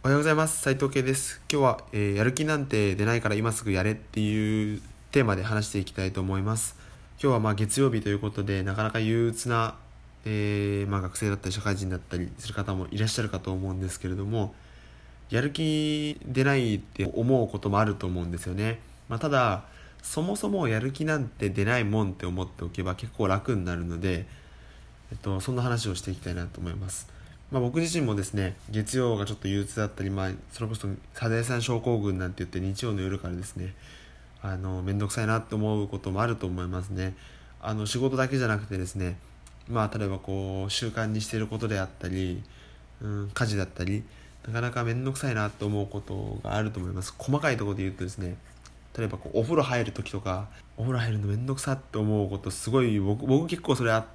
おはようございます。斉藤圭です。今日は、やる気なんて出ないから今すぐやれっていうテーマで話していきたいと思います。今日は月曜日ということでなかなか憂鬱な、学生だったり社会人だったりする方もいらっしゃるかと思うんですけれども、やる気出ないって思うこともあると思うんですよね。ただそもそもやる気なんて出ないもんって思っておけば結構楽になるので、そんな話をしていきたいなと思います。僕自身もですね、月曜がちょっと憂鬱だったり、それこそサザエさん症候群なんて言って日曜の夜からですね、めんどくさいなと思うこともあると思いますね。仕事だけじゃなくてですね、例えば習慣にしていることであったり、家事だったり、なかなかめんどくさいなと思うことがあると思います。細かいところで言うとですね、例えばお風呂入る時とか、お風呂入るのめんどくさって思うことすごい僕結構それあって、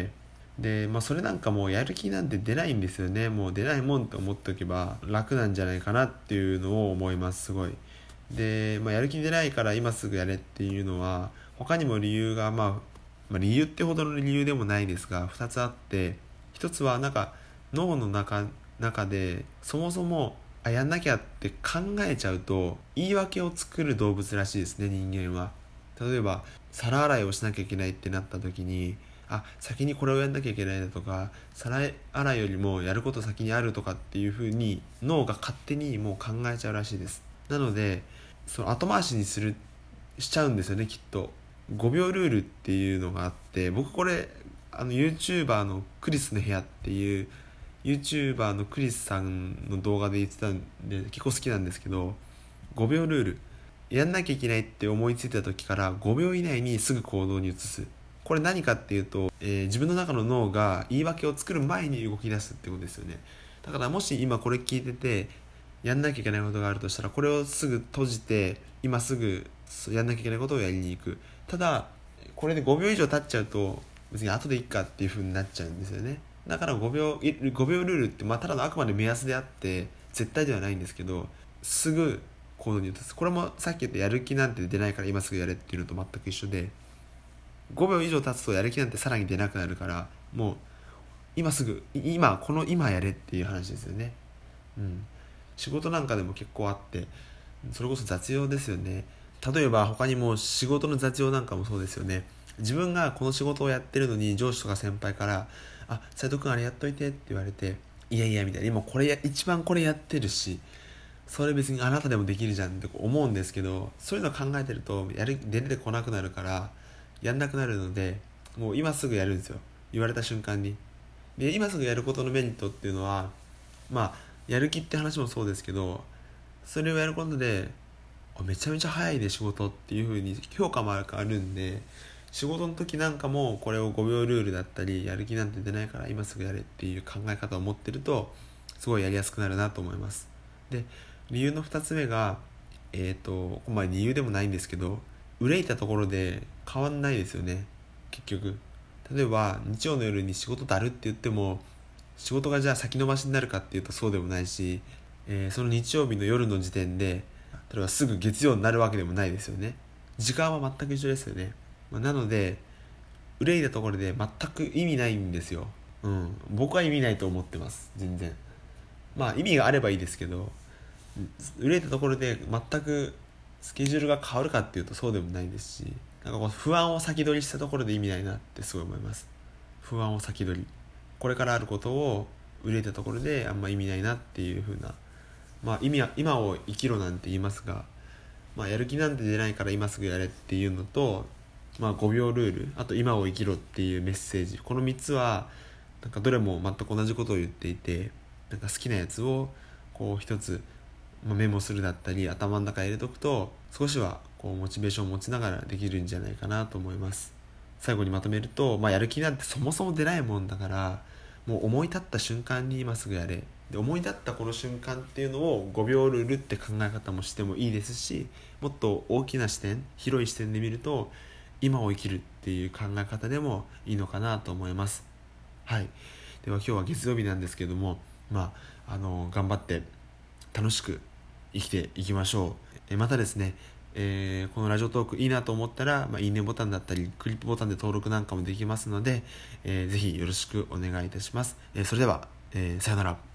で、それなんかもうやる気なんて出ないんですよね。もう出ないもんと思っておけば楽なんじゃないかなっていうのを思います。すごい。で、やる気出ないから今すぐやれっていうのは他にも理由が理由ってほどの理由でもないですが2つあって、1つは脳の中でそもそもやんなきゃって考えちゃうと言い訳を作る動物らしいですね、人間は。例えば皿洗いをしなきゃいけないってなった時に、先にこれをやんなきゃいけないだとか、皿洗いよりもやること先にあるとかっていう風に脳が勝手にもう考えちゃうらしいです。なのでその後回しにしちゃうんですよね、きっと。5秒ルールっていうのがあって、僕これYouTuber のクリスの部屋っていう YouTuber のクリスさんの動画で言ってたんで結構好きなんですけど、5秒ルール、やんなきゃいけないって思いついた時から5秒以内にすぐ行動に移す。これ何かっていうと、自分の中の脳が言い訳を作る前に動き出すってことですよね。だからもし今これ聞いててやんなきゃいけないことがあるとしたら、これをすぐ閉じて今すぐやんなきゃいけないことをやりに行く。ただこれで5秒以上経っちゃうと別に後でいっかっていう風になっちゃうんですよね。だから5秒ルールってただのあくまで目安であって絶対ではないんですけど、すぐ行動に移す。これもさっき言ったやる気なんて出ないから今すぐやれっていうのと全く一緒で、5秒以上経つとやる気なんてさらに出なくなるから、もう今すぐ今やれっていう話ですよね。仕事なんかでも結構あって、それこそ雑用ですよね。例えば他にも仕事の雑用なんかもそうですよね。自分がこの仕事をやってるのに上司とか先輩から斉藤君あれやっといてって言われて、いやいやみたいな、今一番これやってるし、それ別にあなたでもできるじゃんって思うんですけど、そういうのを考えてると出てこなくなるからやんなくなるので、もう今すぐやるんですよ、言われた瞬間に。で今すぐやることのメリットっていうのは、やる気って話もそうですけど、それをやることでめちゃめちゃ早いで仕事っていう風に評価もあるんで、仕事の時なんかもこれを5秒ルールだったり、やる気なんて出ないから今すぐやれっていう考え方を持ってるとすごいやりやすくなるなと思います。で、理由の2つ目が理由でもないんですけど、憂いたところで変わんないですよね、結局。例えば日曜の夜に仕事だるって言っても仕事がじゃあ先延ばしになるかっていうとそうでもないし、その日曜日の夜の時点で例えばすぐ月曜になるわけでもないですよね。時間は全く一緒ですよね。なので憂いたところで全く意味ないんですよ。僕は意味ないと思ってます、全然。意味があればいいですけど、憂いたところで全くスケジュールが変わるかっていうとそうでもないですし、不安を先取りしたところで意味ないなってすごい思います。不安を先取り、これからあることを憂いたところであんま意味ないなっていう風な、意味は今を生きろなんて言いますが、やる気なんて出ないから今すぐやれっていうのと、5秒ルール、あと今を生きろっていうメッセージ、この3つはどれも全く同じことを言っていて、好きなやつを一つ、メモするだったり頭の中に入れとくと少しはモチベーションを持ちながらできるんじゃないかなと思います。最後にまとめると、やる気なんてそもそも出ないもんだから、もう思い立った瞬間に今すぐやれ。で、思い立ったこの瞬間っていうのを5秒ルールって考え方もしてもいいですし、もっと大きな視点、広い視点で見ると今を生きるっていう考え方でもいいのかなと思います。はい。では今日は月曜日なんですけども、頑張って楽しく生きていきましょう。またですね、このラジオトークいいなと思ったら、いいねボタンだったりクリップボタンで登録なんかもできますので、ぜひよろしくお願いいたします。それでは、さよなら。